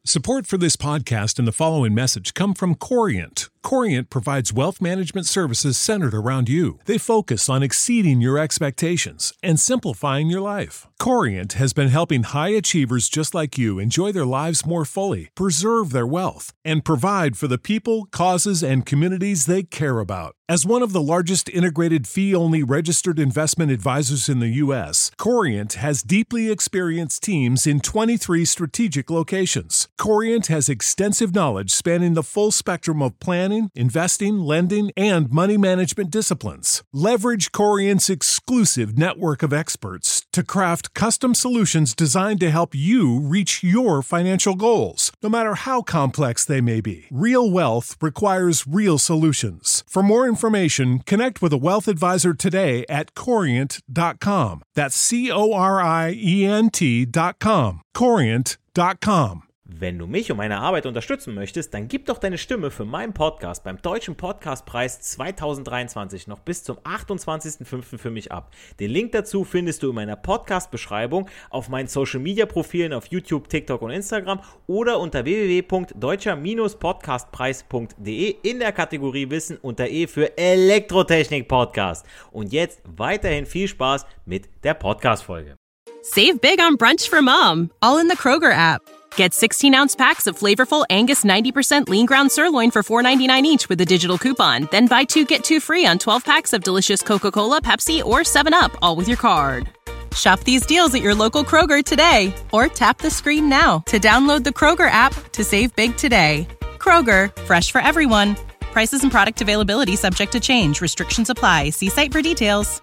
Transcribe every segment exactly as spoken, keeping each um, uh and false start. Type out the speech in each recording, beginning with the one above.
Support for this podcast and the following message come from Corient. Corient provides wealth management services centered around you. They focus on exceeding your expectations and simplifying your life. Corient has been helping high achievers just like you enjoy their lives more fully, preserve their wealth, and provide for the people, causes, and communities they care about. As one of the largest integrated fee-only registered investment advisors in the U S, Corient has deeply experienced teams in twenty-three strategic locations. Corient has extensive knowledge spanning the full spectrum of planning, investing, lending, and money management disciplines. Leverage Corient's exclusive network of experts to craft custom solutions designed to help you reach your financial goals, no matter how complex they may be. Real wealth requires real solutions. For more information, connect with a wealth advisor today at corient dot com. That's C O R I E N T dot com. corient dot com. Wenn du mich und meine Arbeit unterstützen möchtest, dann gib doch deine Stimme für meinen Podcast beim Deutschen Podcastpreis zwanzig dreiundzwanzig noch bis zum achtundzwanzigsten fünften für mich ab. Den Link dazu findest du in meiner Podcast-Beschreibung, auf meinen Social-Media-Profilen auf YouTube, TikTok und Instagram oder unter w w w punkt deutscher podcastpreis punkt d e in der Kategorie Wissen unter E für Elektrotechnik-Podcast. Und jetzt weiterhin viel Spaß mit der Podcast-Folge. Save big on brunch for mom, all in the Kroger app. Get sixteen-ounce packs of flavorful Angus ninety percent lean ground sirloin for four ninety-nine each with a digital coupon. Then buy two, get two free on twelve packs of delicious Coca-Cola, Pepsi, or seven up, all with your card. Shop these deals at your local Kroger today, or tap the screen now to download the Kroger app to save big today. Kroger, fresh for everyone. Prices and product availability subject to change. Restrictions apply. See site for details.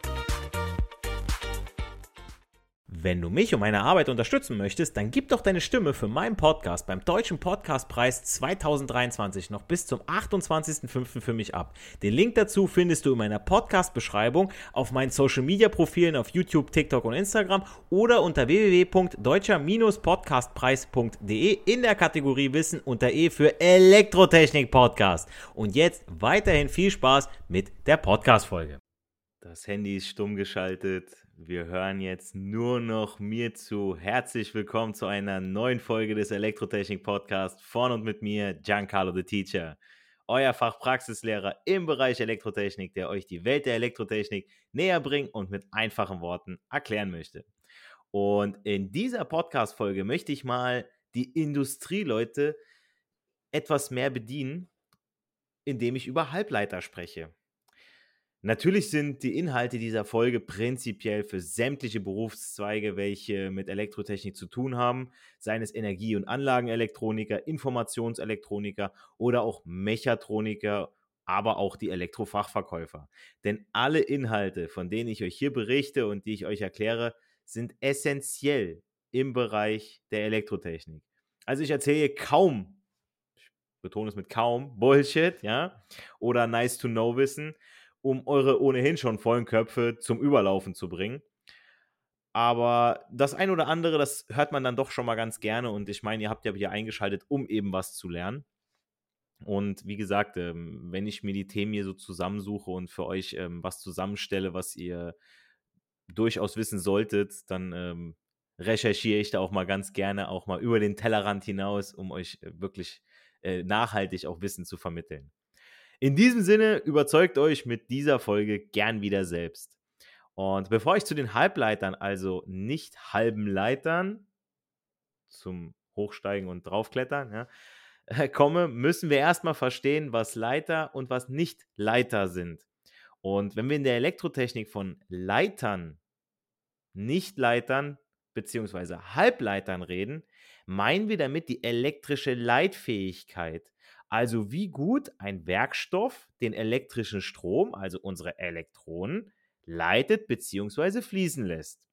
Wenn du mich und meine Arbeit unterstützen möchtest, dann gib doch deine Stimme für meinen Podcast beim Deutschen Podcastpreis zwanzig dreiundzwanzig noch bis zum achtundzwanzigsten fünften für mich ab. Den Link dazu findest du in meiner Podcast-Beschreibung, auf meinen Social-Media-Profilen auf YouTube, TikTok und Instagram oder unter w w w punkt deutscher podcastpreis punkt d e in der Kategorie Wissen unter E für Elektrotechnik-Podcast. Und jetzt weiterhin viel Spaß mit der Podcast-Folge. Das Handy ist stumm geschaltet. Wir hören jetzt nur noch mir zu. Herzlich willkommen zu einer neuen Folge des Elektrotechnik-Podcasts von und mit mir, Giancarlo the Teacher. Euer Fachpraxislehrer im Bereich Elektrotechnik, der euch die Welt der Elektrotechnik näher bringt und mit einfachen Worten erklären möchte. Und in dieser Podcast-Folge möchte ich mal die Industrieleute etwas mehr bedienen, indem ich über Halbleiter spreche. Natürlich sind die Inhalte dieser Folge prinzipiell für sämtliche Berufszweige, welche mit Elektrotechnik zu tun haben, seien es Energie- und Anlagenelektroniker, Informationselektroniker oder auch Mechatroniker, aber auch die Elektrofachverkäufer. Denn alle Inhalte, von denen ich euch hier berichte und die ich euch erkläre, sind essentiell im Bereich der Elektrotechnik. Also ich erzähle kaum, ich betone es mit kaum, Bullshit, ja, oder Nice-to-Know-Wissen, um eure ohnehin schon vollen Köpfe zum Überlaufen zu bringen. Aber das ein oder andere, das hört man dann doch schon mal ganz gerne. Und ich meine, ihr habt ja hier eingeschaltet, um eben was zu lernen. Und wie gesagt, ähm, wenn ich mir die Themen hier so zusammensuche und für euch ähm, was zusammenstelle, was ihr durchaus wissen solltet, dann ähm, recherchiere ich da auch mal ganz gerne auch mal über den Tellerrand hinaus, um euch äh, wirklich äh, nachhaltig auch Wissen zu vermitteln. In diesem Sinne, überzeugt euch mit dieser Folge gern wieder selbst. Und bevor ich zu den Halbleitern, also nicht halben Leitern, zum Hochsteigen und Draufklettern, ja, äh, komme, müssen wir erstmal verstehen, was Leiter und was nicht Leiter sind. Und wenn wir in der Elektrotechnik von Leitern, Nichtleitern bzw. Halbleitern reden, meinen wir damit die elektrische Leitfähigkeit. Also wie gut ein Werkstoff den elektrischen Strom, also unsere Elektronen, leitet bzw. fließen lässt.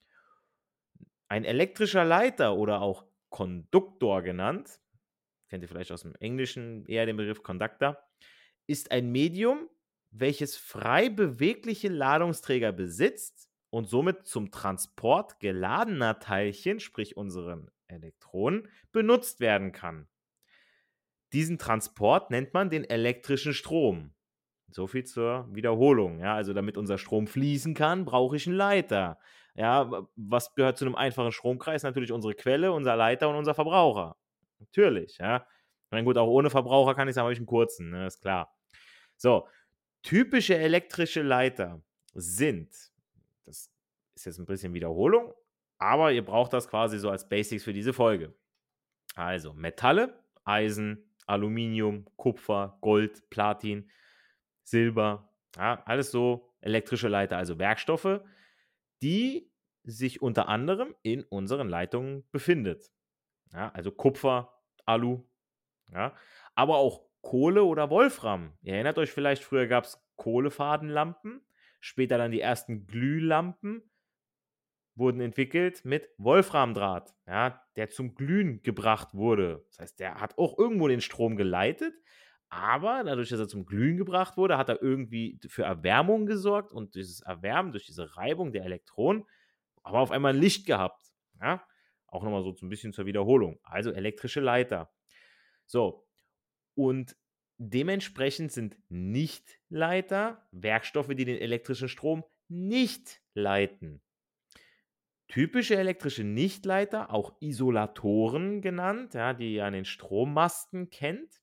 Ein elektrischer Leiter oder auch Konduktor genannt, kennt ihr vielleicht aus dem Englischen eher den Begriff Conductor, ist ein Medium, welches frei bewegliche Ladungsträger besitzt und somit zum Transport geladener Teilchen, sprich unseren Elektronen, benutzt werden kann. Diesen Transport nennt man den elektrischen Strom. So viel zur Wiederholung. Ja, also damit unser Strom fließen kann, brauche ich einen Leiter. Ja, was gehört zu einem einfachen Stromkreis? Natürlich unsere Quelle, unser Leiter und unser Verbraucher. Natürlich, ja. Na gut, auch ohne Verbraucher kann ich sagen, habe ich einen kurzen, ne, ist klar. So, typische elektrische Leiter sind, das ist jetzt ein bisschen Wiederholung, aber ihr braucht das quasi so als Basics für diese Folge. Also Metalle, Eisen, Aluminium, Kupfer, Gold, Platin, Silber, ja, alles so elektrische Leiter, also Werkstoffe, die sich unter anderem in unseren Leitungen befindet. Ja, also Kupfer, Alu, ja, aber auch Kohle oder Wolfram. Ihr erinnert euch vielleicht, früher gab es Kohlefadenlampen, später dann die ersten Glühlampen wurden entwickelt mit Wolframdraht, ja, der zum Glühen gebracht wurde. Das heißt, der hat auch irgendwo den Strom geleitet, aber dadurch, dass er zum Glühen gebracht wurde, hat er irgendwie für Erwärmung gesorgt und dieses Erwärmen, durch diese Reibung der Elektronen, aber auf einmal Licht gehabt. Ja? Auch nochmal so ein bisschen zur Wiederholung. Also elektrische Leiter. So, und dementsprechend sind Nichtleiter Werkstoffe, die den elektrischen Strom nicht leiten. Typische elektrische Nichtleiter, auch Isolatoren genannt, ja, die ihr an den Strommasten kennt,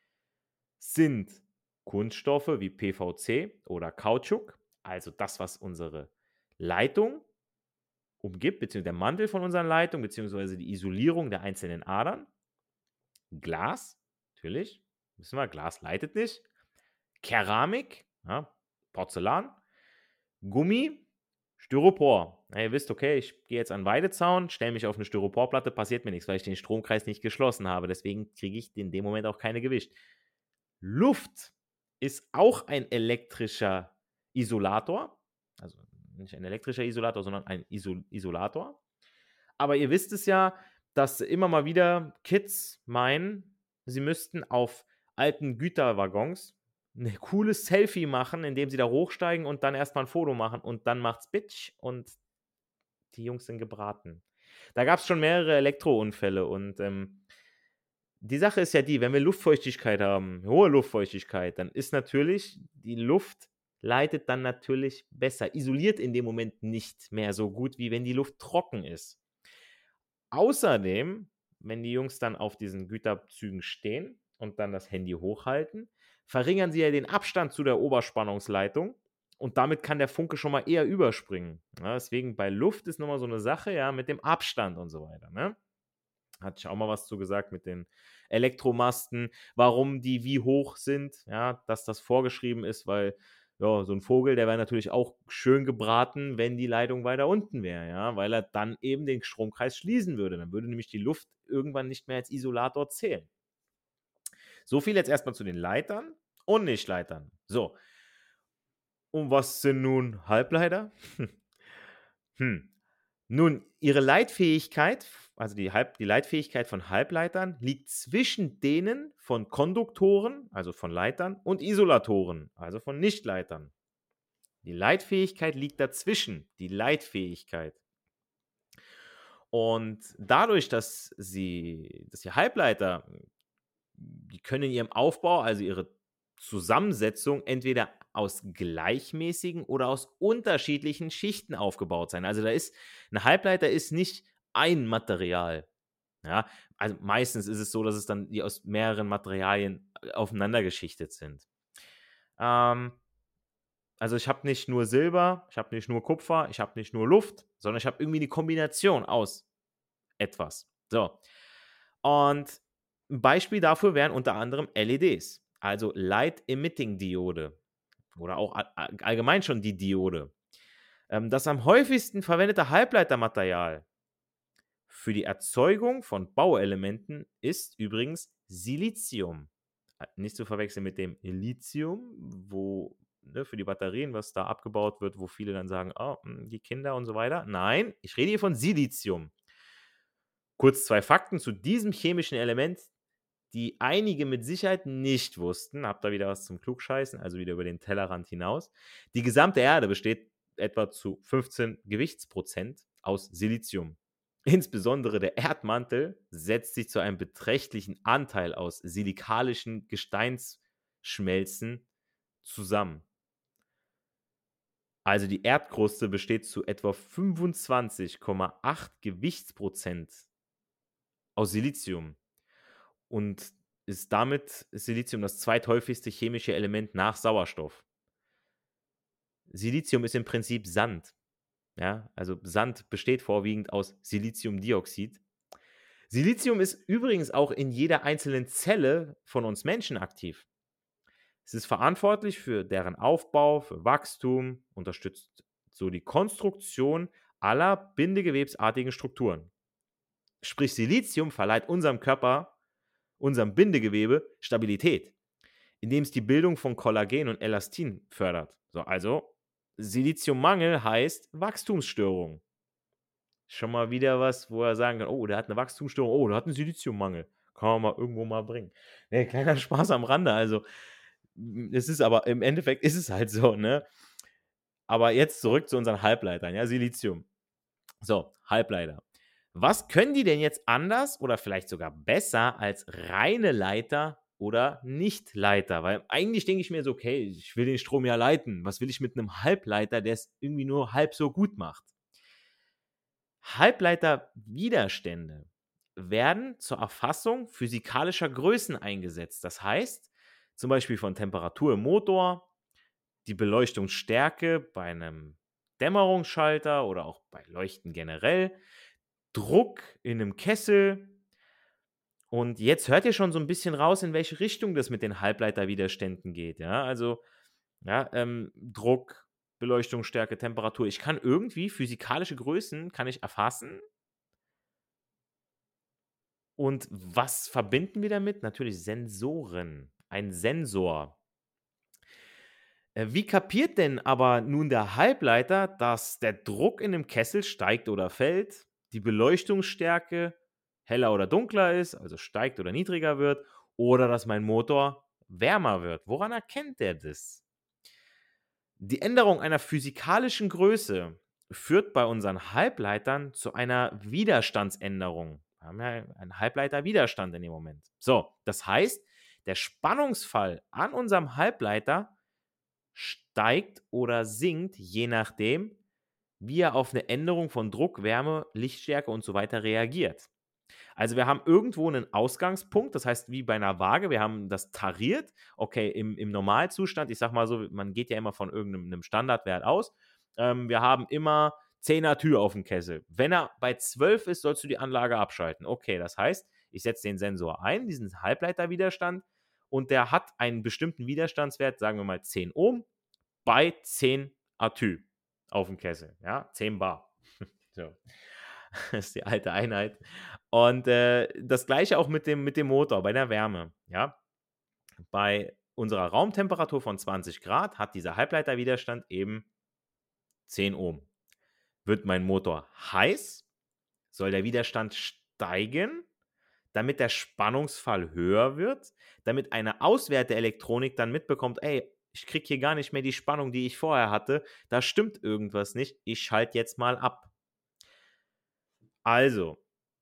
sind Kunststoffe wie P V C oder Kautschuk, also das, was unsere Leitung umgibt, beziehungsweise der Mantel von unseren Leitungen, beziehungsweise die Isolierung der einzelnen Adern. Glas, natürlich, wissen wir, Glas leitet nicht. Keramik, ja, Porzellan, Gummi, Styropor. Na, ihr wisst, okay, ich gehe jetzt an den Weidezaun, stelle mich auf eine Styroporplatte, passiert mir nichts, weil ich den Stromkreis nicht geschlossen habe. Deswegen kriege ich in dem Moment auch keine Gewicht. Luft ist auch ein elektrischer Isolator. Also nicht ein elektrischer Isolator, sondern ein Isol- Isolator. Aber ihr wisst es ja, dass immer mal wieder Kids meinen, sie müssten auf alten Güterwaggons ein cooles Selfie machen, indem sie da hochsteigen und dann erstmal ein Foto machen und dann macht's Bitch und die Jungs sind gebraten. Da gab es schon mehrere Elektrounfälle und ähm, die Sache ist ja die, wenn wir Luftfeuchtigkeit haben, hohe Luftfeuchtigkeit, dann ist natürlich, die Luft leitet dann natürlich besser, isoliert in dem Moment nicht mehr so gut, wie wenn die Luft trocken ist. Außerdem, wenn die Jungs dann auf diesen Güterzügen stehen und dann das Handy hochhalten, verringern sie ja den Abstand zu der Oberspannungsleitung und damit kann der Funke schon mal eher überspringen. Ja, deswegen bei Luft ist nochmal so eine Sache, ja, mit dem Abstand und so weiter, ne? Hatte ich auch mal was zu gesagt mit den Elektromasten, warum die wie hoch sind, ja, dass das vorgeschrieben ist, weil ja, so ein Vogel, der wäre natürlich auch schön gebraten, wenn die Leitung weiter unten wäre, ja, weil er dann eben den Stromkreis schließen würde. Dann würde nämlich die Luft irgendwann nicht mehr als Isolator zählen. So viel jetzt erstmal zu den Leitern und Nichtleitern. So. Und was sind nun Halbleiter? hm. Nun, ihre Leitfähigkeit, also die, Halb, die Leitfähigkeit von Halbleitern, liegt zwischen denen von Konduktoren, also von Leitern, und Isolatoren, also von Nichtleitern. Die Leitfähigkeit liegt dazwischen, die Leitfähigkeit. Und dadurch, dass sie, dass die Halbleiter, die können in ihrem Aufbau, also ihre Zusammensetzung, entweder aus gleichmäßigen oder aus unterschiedlichen Schichten aufgebaut sein. Also da ist, ein Halbleiter ist nicht ein Material. Ja, also meistens ist es so, dass es dann die aus mehreren Materialien aufeinander geschichtet sind. Ähm, also ich habe nicht nur Silber, ich habe nicht nur Kupfer, ich habe nicht nur Luft, sondern ich habe irgendwie eine Kombination aus etwas. So. Und ein Beispiel dafür wären unter anderem L E Ds, also Light Emitting Diode oder auch allgemein schon die Diode. Das am häufigsten verwendete Halbleitermaterial für die Erzeugung von Bauelementen ist übrigens Silizium. Nicht zu verwechseln mit dem Lithium, wo ne, für die Batterien, was da abgebaut wird, wo viele dann sagen, oh, die Kinder und so weiter. Nein, ich rede hier von Silizium. Kurz zwei Fakten zu diesem chemischen Element, die einige mit Sicherheit nicht wussten. Habt da wieder was zum Klugscheißen, also wieder über den Tellerrand hinaus. Die gesamte Erde besteht etwa zu fünfzehn Gewichtsprozent aus Silizium. Insbesondere der Erdmantel setzt sich zu einem beträchtlichen Anteil aus silikalischen Gesteinsschmelzen zusammen. Also die Erdkruste besteht zu etwa fünfundzwanzig Komma acht Gewichtsprozent aus Silizium. und ist damit ist Silizium das zweithäufigste chemische Element nach Sauerstoff. Silizium ist im Prinzip Sand. Ja, also Sand besteht vorwiegend aus Siliziumdioxid. Silizium ist übrigens auch in jeder einzelnen Zelle von uns Menschen aktiv. Es ist verantwortlich für deren Aufbau, für Wachstum, unterstützt so die Konstruktion aller bindegewebsartigen Strukturen. Sprich, Silizium verleiht unserem Körper, unserem Bindegewebe Stabilität, indem es die Bildung von Kollagen und Elastin fördert. So, also Siliziummangel heißt Wachstumsstörung. Schon mal wieder was, wo er sagen kann, oh, der hat eine Wachstumsstörung, oh, der hat einen Siliziummangel. Kann man mal irgendwo mal bringen. Nee, kleiner Spaß am Rande, also es ist aber, im Endeffekt ist es halt so, ne? Aber jetzt zurück zu unseren Halbleitern, ja, Silizium. So, Halbleiter. Was können die denn jetzt anders oder vielleicht sogar besser als reine Leiter oder Nichtleiter? Weil eigentlich denke ich mir so, okay, ich will den Strom ja leiten. Was will ich mit einem Halbleiter, der es irgendwie nur halb so gut macht? Halbleiterwiderstände werden zur Erfassung physikalischer Größen eingesetzt. Das heißt, zum Beispiel von Temperatur im Motor, die Beleuchtungsstärke bei einem Dämmerungsschalter oder auch bei Leuchten generell, Druck in einem Kessel. Und jetzt hört ihr schon so ein bisschen raus, in welche Richtung das mit den Halbleiterwiderständen geht. Ja, also ja, ähm, Druck, Beleuchtungsstärke, Temperatur. Ich kann irgendwie physikalische Größen kann ich erfassen. Und was verbinden wir damit? Natürlich Sensoren. Ein Sensor. Äh, Wie kapiert denn aber nun der Halbleiter, dass der Druck in dem Kessel steigt oder fällt, die Beleuchtungsstärke heller oder dunkler ist, also steigt oder niedriger wird, oder dass mein Motor wärmer wird? Woran erkennt der das? Die Änderung einer physikalischen Größe führt bei unseren Halbleitern zu einer Widerstandsänderung. Wir haben ja einen Halbleiterwiderstand in dem Moment. So, das heißt, der Spannungsfall an unserem Halbleiter steigt oder sinkt, je nachdem, wie er auf eine Änderung von Druck, Wärme, Lichtstärke und so weiter reagiert. Also wir haben irgendwo einen Ausgangspunkt, das heißt wie bei einer Waage, wir haben das tariert, okay, im, im Normalzustand, ich sag mal so, man geht ja immer von irgendeinem Standardwert aus, ähm, wir haben immer zehner Tür auf dem Kessel. Wenn er bei zwölf ist, sollst du die Anlage abschalten. Okay, das heißt, ich setze den Sensor ein, diesen Halbleiterwiderstand, und der hat einen bestimmten Widerstandswert, sagen wir mal zehn Ohm, bei zehn Atü auf dem Kessel, ja, zehn Bar. So. Das ist die alte Einheit. Und äh, das gleiche auch mit dem, mit dem Motor, bei der Wärme. Ja? Bei unserer Raumtemperatur von zwanzig Grad hat dieser Halbleiterwiderstand eben zehn Ohm. Wird mein Motor heiß, soll der Widerstand steigen, damit der Spannungsfall höher wird, damit eine Auswerteelektronik dann mitbekommt, ey, ich kriege hier gar nicht mehr die Spannung, die ich vorher hatte, da stimmt irgendwas nicht, ich schalte jetzt mal ab. Also,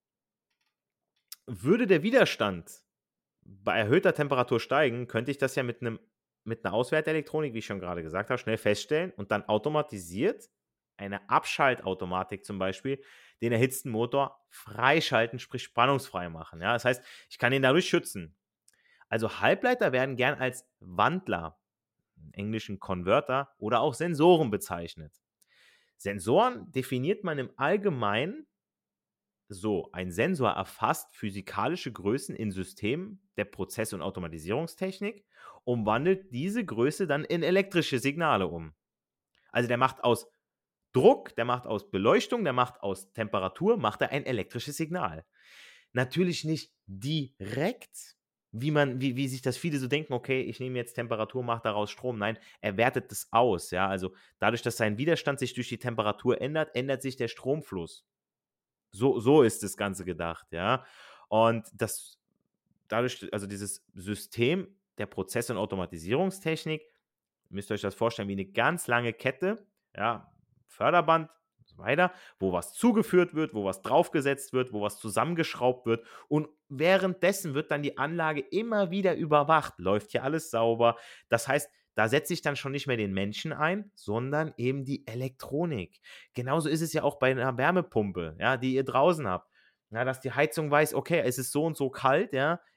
würde der Widerstand bei erhöhter Temperatur steigen, könnte ich das ja mit, einem, mit einer Auswerteelektronik, wie ich schon gerade gesagt habe, schnell feststellen und dann automatisiert eine Abschaltautomatik zum Beispiel den erhitzten Motor freischalten, sprich spannungsfrei machen. Ja? Das heißt, ich kann ihn dadurch schützen. Also Halbleiter werden gern als Wandler, im Englischen Konverter, oder auch Sensoren bezeichnet. Sensoren definiert man im Allgemeinen so: Ein Sensor erfasst physikalische Größen in Systemen der Prozess- und Automatisierungstechnik und wandelt diese Größe dann in elektrische Signale um. Also der macht aus Druck, der macht aus Beleuchtung, der macht aus Temperatur, macht er ein elektrisches Signal. Natürlich nicht direkt, wie man, wie, wie sich das viele so denken, okay, ich nehme jetzt Temperatur, mache daraus Strom. Nein, er wertet das aus. Ja? Also dadurch, dass sein Widerstand sich durch die Temperatur ändert, ändert sich der Stromfluss. So, so ist das Ganze gedacht, ja. Und das dadurch, also dieses System der Prozess- und Automatisierungstechnik, müsst ihr euch das vorstellen wie eine ganz lange Kette, ja, Förderband und so weiter, wo was zugeführt wird, wo was draufgesetzt wird, wo was zusammengeschraubt wird, und währenddessen wird dann die Anlage immer wieder überwacht. Läuft hier alles sauber? Das heißt, da setze ich dann schon nicht mehr den Menschen ein, sondern eben die Elektronik. Genauso ist es ja auch bei einer Wärmepumpe, ja, die ihr draußen habt. Ja, dass die Heizung weiß, okay, es ist so und so kalt, ja,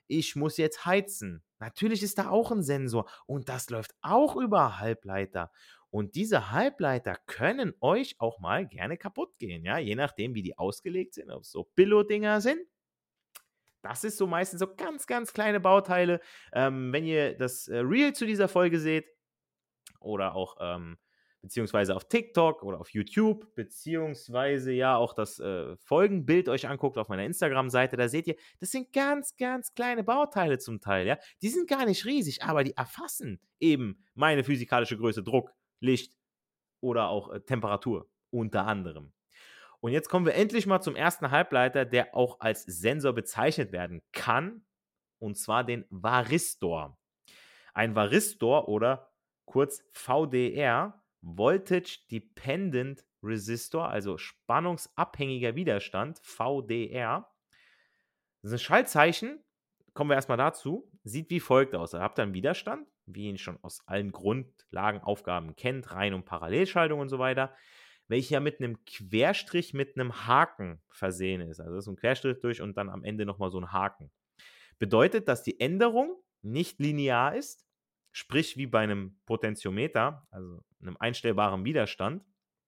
ich muss jetzt heizen. Natürlich ist da auch ein Sensor und das läuft auch über Halbleiter. Und diese Halbleiter können euch auch mal gerne kaputt gehen, ja, je nachdem, wie die ausgelegt sind, ob es so Billo-Dinger sind. Das ist so meistens so ganz, ganz kleine Bauteile. Ähm, wenn ihr das äh, Reel zu dieser Folge seht oder auch ähm, beziehungsweise auf TikTok oder auf YouTube, beziehungsweise ja auch das äh, Folgenbild euch anguckt auf meiner Instagram-Seite, da seht ihr, das sind ganz, ganz kleine Bauteile zum Teil, ja. Die sind gar nicht riesig, aber die erfassen eben meine physikalische Größe, Druck, Licht oder auch äh, Temperatur unter anderem. Und jetzt kommen wir endlich mal zum ersten Halbleiter, der auch als Sensor bezeichnet werden kann, und zwar den Varistor. Ein Varistor oder kurz V D R, Voltage Dependent Resistor, also spannungsabhängiger Widerstand, V D R. Das ist ein Schaltzeichen, kommen wir erstmal dazu, sieht wie folgt aus. Ihr habt einen Widerstand, wie ihr ihn schon aus allen Grundlagenaufgaben kennt, Reihen- und Parallelschaltung und so weiter, welcher mit einem Querstrich mit einem Haken versehen ist. Also das ist ein Querstrich durch und dann am Ende nochmal so ein Haken. Bedeutet, dass die Änderung nicht linear ist, sprich wie bei einem Potentiometer, also einem einstellbaren Widerstand.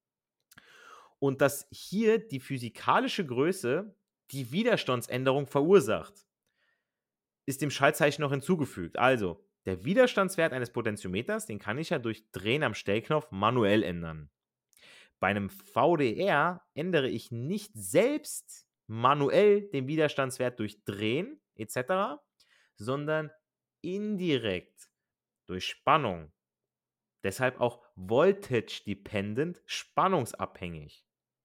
Und dass hier die physikalische Größe die Widerstandsänderung verursacht, ist dem Schaltzeichen noch hinzugefügt. Also, der Widerstandswert eines Potentiometers, den kann ich ja durch Drehen am Stellknopf manuell ändern. Bei einem V D R ändere ich nicht selbst manuell den Widerstandswert durch Drehen et cetera, sondern indirekt durch Spannung. Deshalb auch Voltage-dependent, spannungsabhängig.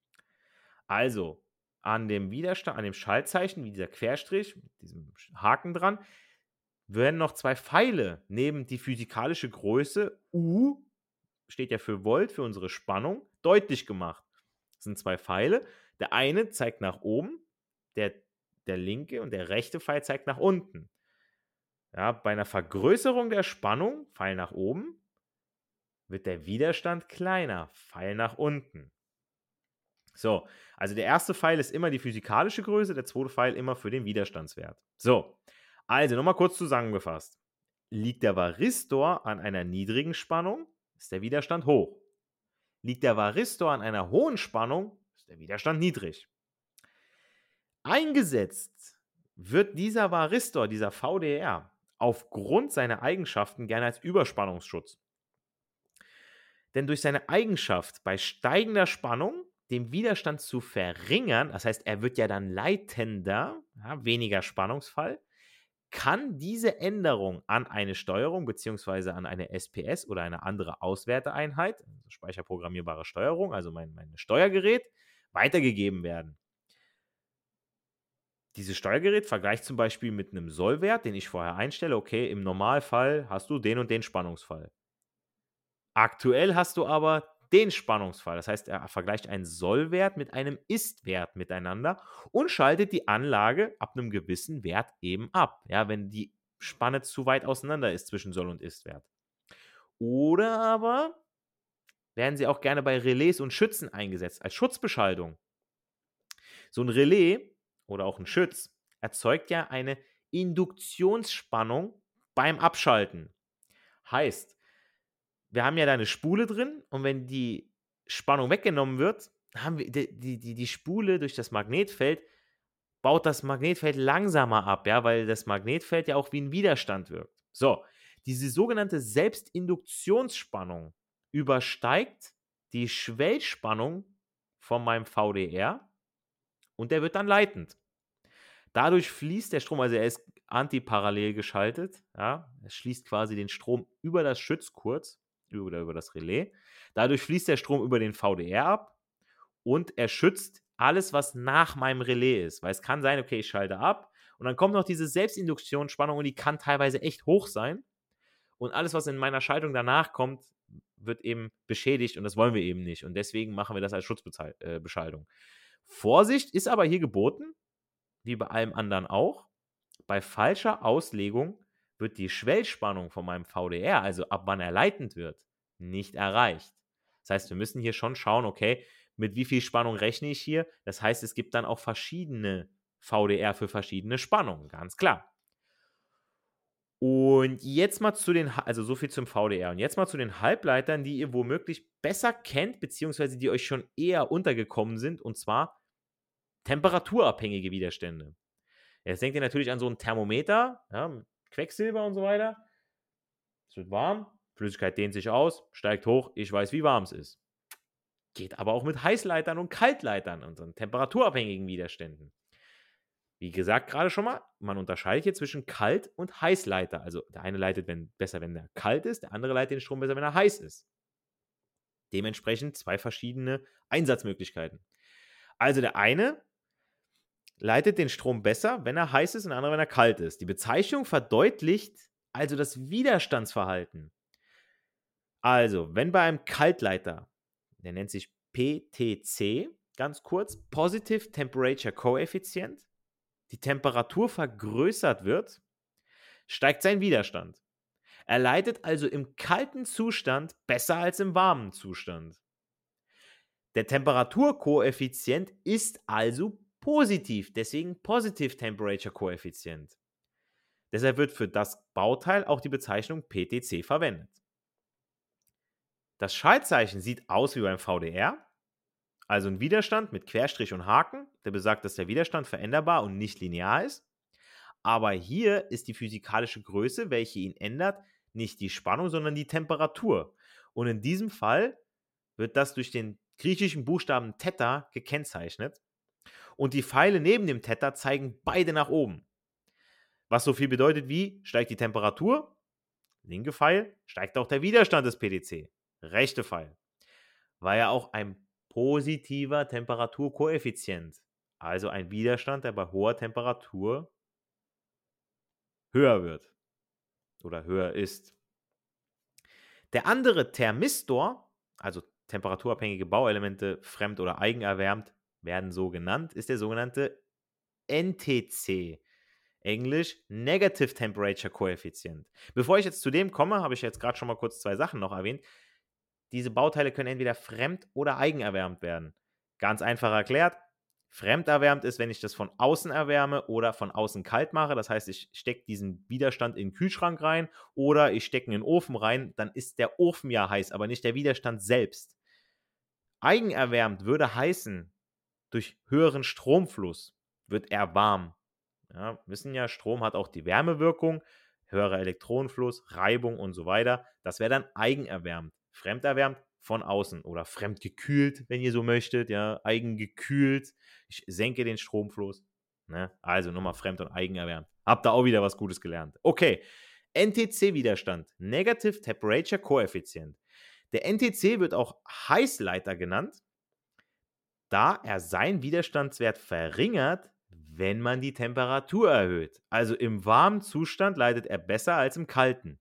Also an dem Widerstand, an dem Schaltzeichen, wie dieser Querstrich, mit diesem Haken dran, werden noch zwei Pfeile neben die physikalische Größe U, steht ja für Volt, für unsere Spannung, deutlich gemacht. Das sind zwei Pfeile. Der eine zeigt nach oben, der, der linke und der rechte Pfeil zeigt nach unten. Ja, bei einer Vergrößerung der Spannung, Pfeil nach oben, wird der Widerstand kleiner, Pfeil nach unten. So, also der erste Pfeil ist immer die physikalische Größe, der zweite Pfeil immer für den Widerstandswert. So, also nochmal kurz zusammengefasst. Liegt der Varistor an einer niedrigen Spannung, ist der Widerstand hoch. Liegt der Varistor an einer hohen Spannung, ist der Widerstand niedrig. Eingesetzt wird dieser Varistor, dieser V D R, aufgrund seiner Eigenschaften gerne als Überspannungsschutz. Denn durch seine Eigenschaft bei steigender Spannung den Widerstand zu verringern, das heißt, er wird ja dann leitender, ja, weniger Spannungsfall, kann diese Änderung an eine Steuerung bzw. an eine S P S oder eine andere Auswerteeinheit, also speicherprogrammierbare Steuerung, also mein, mein Steuergerät, weitergegeben werden. Dieses Steuergerät vergleicht zum Beispiel mit einem Sollwert, den ich vorher einstelle. Okay, im Normalfall hast du den und den Spannungsfall. Aktuell hast du aber den Spannungsfall. Das heißt, er vergleicht einen Sollwert mit einem Ist-Wert miteinander und schaltet die Anlage ab einem gewissen Wert eben ab. Ja, wenn die Spanne zu weit auseinander ist zwischen Soll- und Ist-Wert. Oder aber werden sie auch gerne bei Relais und Schützen eingesetzt, als Schutzbeschaltung. So ein Relais oder auch ein Schütz erzeugt ja eine Induktionsspannung beim Abschalten. Heißt, wir haben ja da eine Spule drin und wenn die Spannung weggenommen wird, haben wir die, die, die Spule durch das Magnetfeld, baut das Magnetfeld langsamer ab, ja, weil das Magnetfeld ja auch wie ein Widerstand wirkt. So, diese sogenannte Selbstinduktionsspannung übersteigt die Schwellspannung von meinem V D R und der wird dann leitend. Dadurch fließt der Strom, also er ist antiparallel geschaltet, ja, es schließt quasi den Strom über das Schützkurz oder über das Relais. Dadurch fließt der Strom über den V D R ab und er schützt alles, was nach meinem Relais ist. Weil es kann sein, okay, ich schalte ab und dann kommt noch diese Selbstinduktionsspannung und die kann teilweise echt hoch sein. Und alles, was in meiner Schaltung danach kommt, wird eben beschädigt und das wollen wir eben nicht. Und deswegen machen wir das als Schutzbeschaltung. Vorsicht ist aber hier geboten, wie bei allem anderen auch. Bei falscher Auslegung wird die Schwellspannung von meinem V D R, also ab wann er leitend wird, nicht erreicht. Das heißt, wir müssen hier schon schauen, okay, mit wie viel Spannung rechne ich hier? Das heißt, es gibt dann auch verschiedene V D R für verschiedene Spannungen, ganz klar. Und jetzt mal zu den, also so viel zum V D R. Und jetzt mal zu den Halbleitern, die ihr womöglich besser kennt, beziehungsweise die euch schon eher untergekommen sind, und zwar temperaturabhängige Widerstände. Jetzt denkt ihr natürlich an so ein Thermometer, ja, mit Quecksilber und so weiter. Es wird warm, Flüssigkeit dehnt sich aus, steigt hoch, ich weiß, wie warm es ist. Geht aber auch mit Heißleitern und Kaltleitern und so temperaturabhängigen Widerständen. Wie gesagt, gerade schon mal, man unterscheidet hier zwischen Kalt- und Heißleiter. Also der eine leitet wenn, besser, wenn er kalt ist, der andere leitet den Strom besser, wenn er heiß ist. Dementsprechend zwei verschiedene Einsatzmöglichkeiten. Also der eine leitet den Strom besser, wenn er heiß ist, und der andere, wenn er kalt ist. Die Bezeichnung verdeutlicht also das Widerstandsverhalten. Also, wenn bei einem Kaltleiter, der nennt sich P T C, ganz kurz, Positive Temperature Coefficient, die Temperatur vergrößert wird, steigt sein Widerstand. Er leitet also im kalten Zustand besser als im warmen Zustand. Der Temperaturkoeffizient ist also positiv, deswegen Positive Temperature Coefficient. Deshalb wird für das Bauteil auch die Bezeichnung P T C verwendet. Das Schaltzeichen sieht aus wie beim V D R, also ein Widerstand mit Querstrich und Haken, der besagt, dass der Widerstand veränderbar und nicht linear ist. Aber hier ist die physikalische Größe, welche ihn ändert, nicht die Spannung, sondern die Temperatur. Und in diesem Fall wird das durch den griechischen Buchstaben Theta gekennzeichnet. Und die Pfeile neben dem Theta zeigen beide nach oben. Was so viel bedeutet wie, steigt die Temperatur, linke Pfeil, steigt auch der Widerstand des P T C, rechte Pfeil. War ja auch ein positiver Temperaturkoeffizient, also ein Widerstand, der bei hoher Temperatur höher wird oder höher ist. Der andere Thermistor, also temperaturabhängige Bauelemente, fremd- oder eigenerwärmt, werden so genannt, ist der sogenannte N T C. Englisch Negative Temperature Coefficient. Bevor ich jetzt zu dem komme, habe ich jetzt gerade schon mal kurz zwei Sachen noch erwähnt. Diese Bauteile können entweder fremd- oder eigenerwärmt werden. Ganz einfach erklärt, fremderwärmt ist, wenn ich das von außen erwärme oder von außen kalt mache. Das heißt, ich stecke diesen Widerstand in den Kühlschrank rein oder ich stecke ihn in den Ofen rein. Dann ist der Ofen ja heiß, aber nicht der Widerstand selbst. Eigenerwärmt würde heißen, durch höheren Stromfluss wird er warm. Ja, wissen ja, Strom hat auch die Wärmewirkung, höherer Elektronenfluss, Reibung und so weiter. Das wäre dann eigenerwärmt. Fremderwärmt von außen oder fremdgekühlt, wenn ihr so möchtet, ja, eigengekühlt. Ich senke den Stromfluss. Ne? Also nochmal fremd- und eigenerwärmt. Habt ihr auch wieder was Gutes gelernt. Okay, N T C-Widerstand, Negative Temperature Coefficient. Der N T C wird auch Heißleiter genannt, da er seinen Widerstandswert verringert, wenn man die Temperatur erhöht. Also im warmen Zustand leitet er besser als im kalten.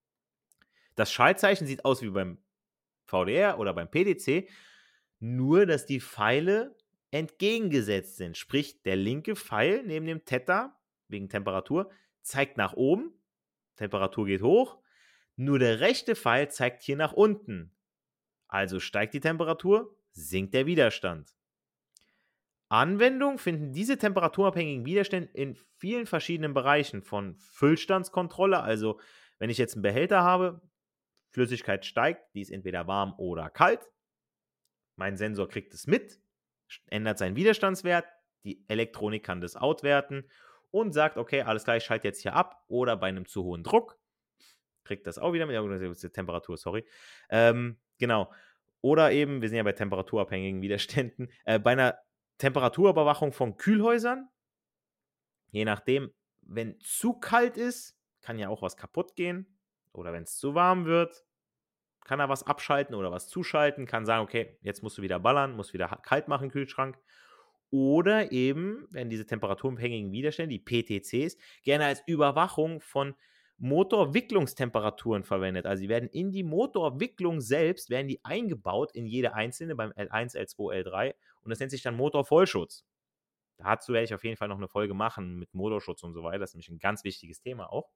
Das Schaltzeichen sieht aus wie beim V D R oder beim P T C, nur dass die Pfeile entgegengesetzt sind. Sprich, der linke Pfeil neben dem Theta, wegen Temperatur, zeigt nach oben, Temperatur geht hoch, nur der rechte Pfeil zeigt hier nach unten. Also steigt die Temperatur, sinkt der Widerstand. Anwendung finden diese temperaturabhängigen Widerstände in vielen verschiedenen Bereichen, von Füllstandskontrolle, also wenn ich jetzt einen Behälter habe, Flüssigkeit steigt, die ist entweder warm oder kalt, mein Sensor kriegt es mit, ändert seinen Widerstandswert, die Elektronik kann das outwerten und sagt, okay, alles klar, ich schalte jetzt hier ab, oder bei einem zu hohen Druck, kriegt das auch wieder mit, der Temperatur, sorry, ähm, genau, oder eben, wir sind ja bei temperaturabhängigen Widerständen, äh, bei einer Temperaturüberwachung von Kühlhäusern, je nachdem, wenn zu kalt ist, kann ja auch was kaputt gehen, oder wenn es zu warm wird, kann er was abschalten oder was zuschalten, kann sagen, okay, jetzt musst du wieder ballern, musst wieder kalt machen, Kühlschrank. Oder eben, wenn diese temperaturabhängigen Widerstände, die P T Cs, gerne als Überwachung von Motorwicklungstemperaturen verwendet. Also die werden in die Motorwicklung selbst, werden die eingebaut in jede einzelne beim L eins, L zwei, L drei, und das nennt sich dann Motorvollschutz. Dazu werde ich auf jeden Fall noch eine Folge machen mit Motorschutz und so weiter. Das ist nämlich ein ganz wichtiges Thema auch.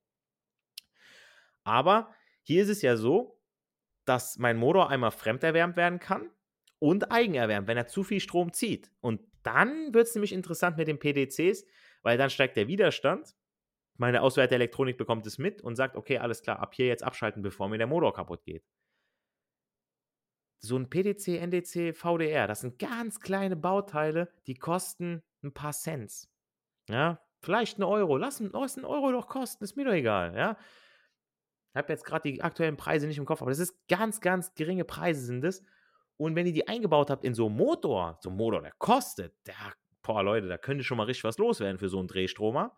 Aber hier ist es ja so, dass mein Motor einmal fremderwärmt werden kann und eigenerwärmt, wenn er zu viel Strom zieht. Und dann wird es nämlich interessant mit den P T Cs, weil dann steigt der Widerstand meine Auswerteelektronik bekommt es mit und sagt, okay, alles klar, ab hier jetzt abschalten, bevor mir der Motor kaputt geht. So ein P D C, N D C, V D R, das sind ganz kleine Bauteile, die kosten ein paar Cents. Ja, vielleicht ein Euro. Lass ein, lass ein Euro doch kosten, ist mir doch egal. Ja, ich habe jetzt gerade die aktuellen Preise nicht im Kopf, aber das ist ganz, ganz geringe Preise sind das. Und wenn ihr die eingebaut habt in so einen Motor, so einen Motor, der kostet, der, boah Leute, da könnte schon mal richtig was loswerden für so einen Drehstromer.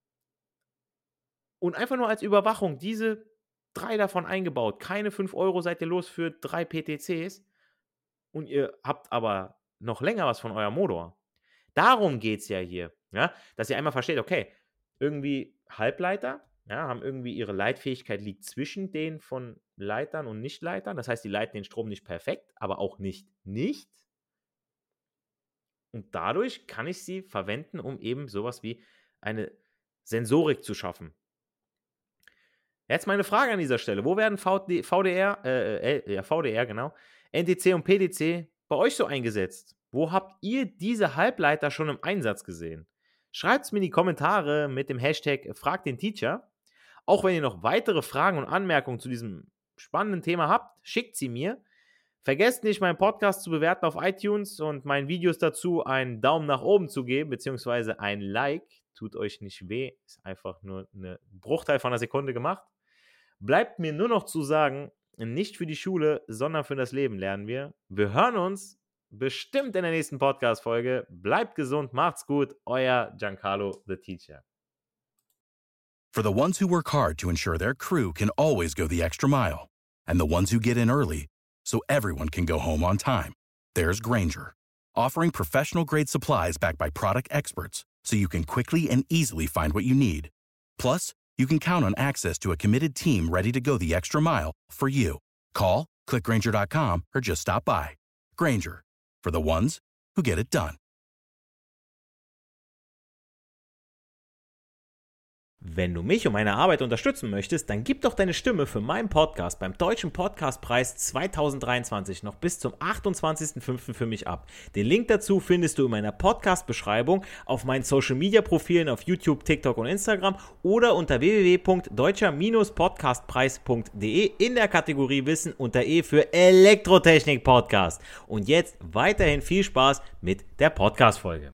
Und einfach nur als Überwachung diese drei davon eingebaut. Keine fünf Euro seid ihr los für drei P T Cs. Und ihr habt aber noch länger was von eurem Motor. Darum geht es ja hier. Ja? Dass ihr einmal versteht, okay, irgendwie Halbleiter, ja, haben irgendwie ihre Leitfähigkeit liegt zwischen den von Leitern und Nichtleitern. Das heißt, die leiten den Strom nicht perfekt, aber auch nicht nicht. Und dadurch kann ich sie verwenden, um eben sowas wie eine Sensorik zu schaffen. Jetzt meine Frage an dieser Stelle. Wo werden V D R, äh, ja, V D R, genau, N T C und P D C bei euch so eingesetzt? Wo habt ihr diese Halbleiter schon im Einsatz gesehen? Schreibt es mir in die Kommentare mit dem Hashtag Frag den Teacher. Auch wenn ihr noch weitere Fragen und Anmerkungen zu diesem spannenden Thema habt, schickt sie mir. Vergesst nicht, meinen Podcast zu bewerten auf iTunes und meinen Videos dazu einen Daumen nach oben zu geben, beziehungsweise ein Like. Tut euch nicht weh, ist einfach nur ein Bruchteil von einer Sekunde gemacht. Bleibt mir nur noch zu sagen, nicht für die Schule, sondern für das Leben lernen wir. Wir hören uns bestimmt in der nächsten Podcast-Folge. Bleibt gesund, macht's gut. Euer Giancarlo, the Teacher. For the ones who work hard to ensure their crew can always go the extra mile, and the ones who get in early so everyone can go home on time, there's Grainger, offering professional-grade supplies backed by product experts so you can quickly and easily find what you need. Plus, you can count on access to a committed team ready to go the extra mile for you. Call, click Grainger dot com, or just stop by. Grainger, for the ones who get it done. Wenn du mich und meine Arbeit unterstützen möchtest, dann gib doch deine Stimme für meinen Podcast beim Deutschen Podcastpreis zwanzig dreiundzwanzig noch bis zum achtundzwanzigsten fünften für mich ab. Den Link dazu findest du in meiner Podcast-Beschreibung, auf meinen Social-Media-Profilen auf YouTube, TikTok und Instagram oder unter w w w punkt deutscher podcastpreis punkt d e in der Kategorie Wissen unter E für Elektrotechnik-Podcast. Und jetzt weiterhin viel Spaß mit der Podcast-Folge.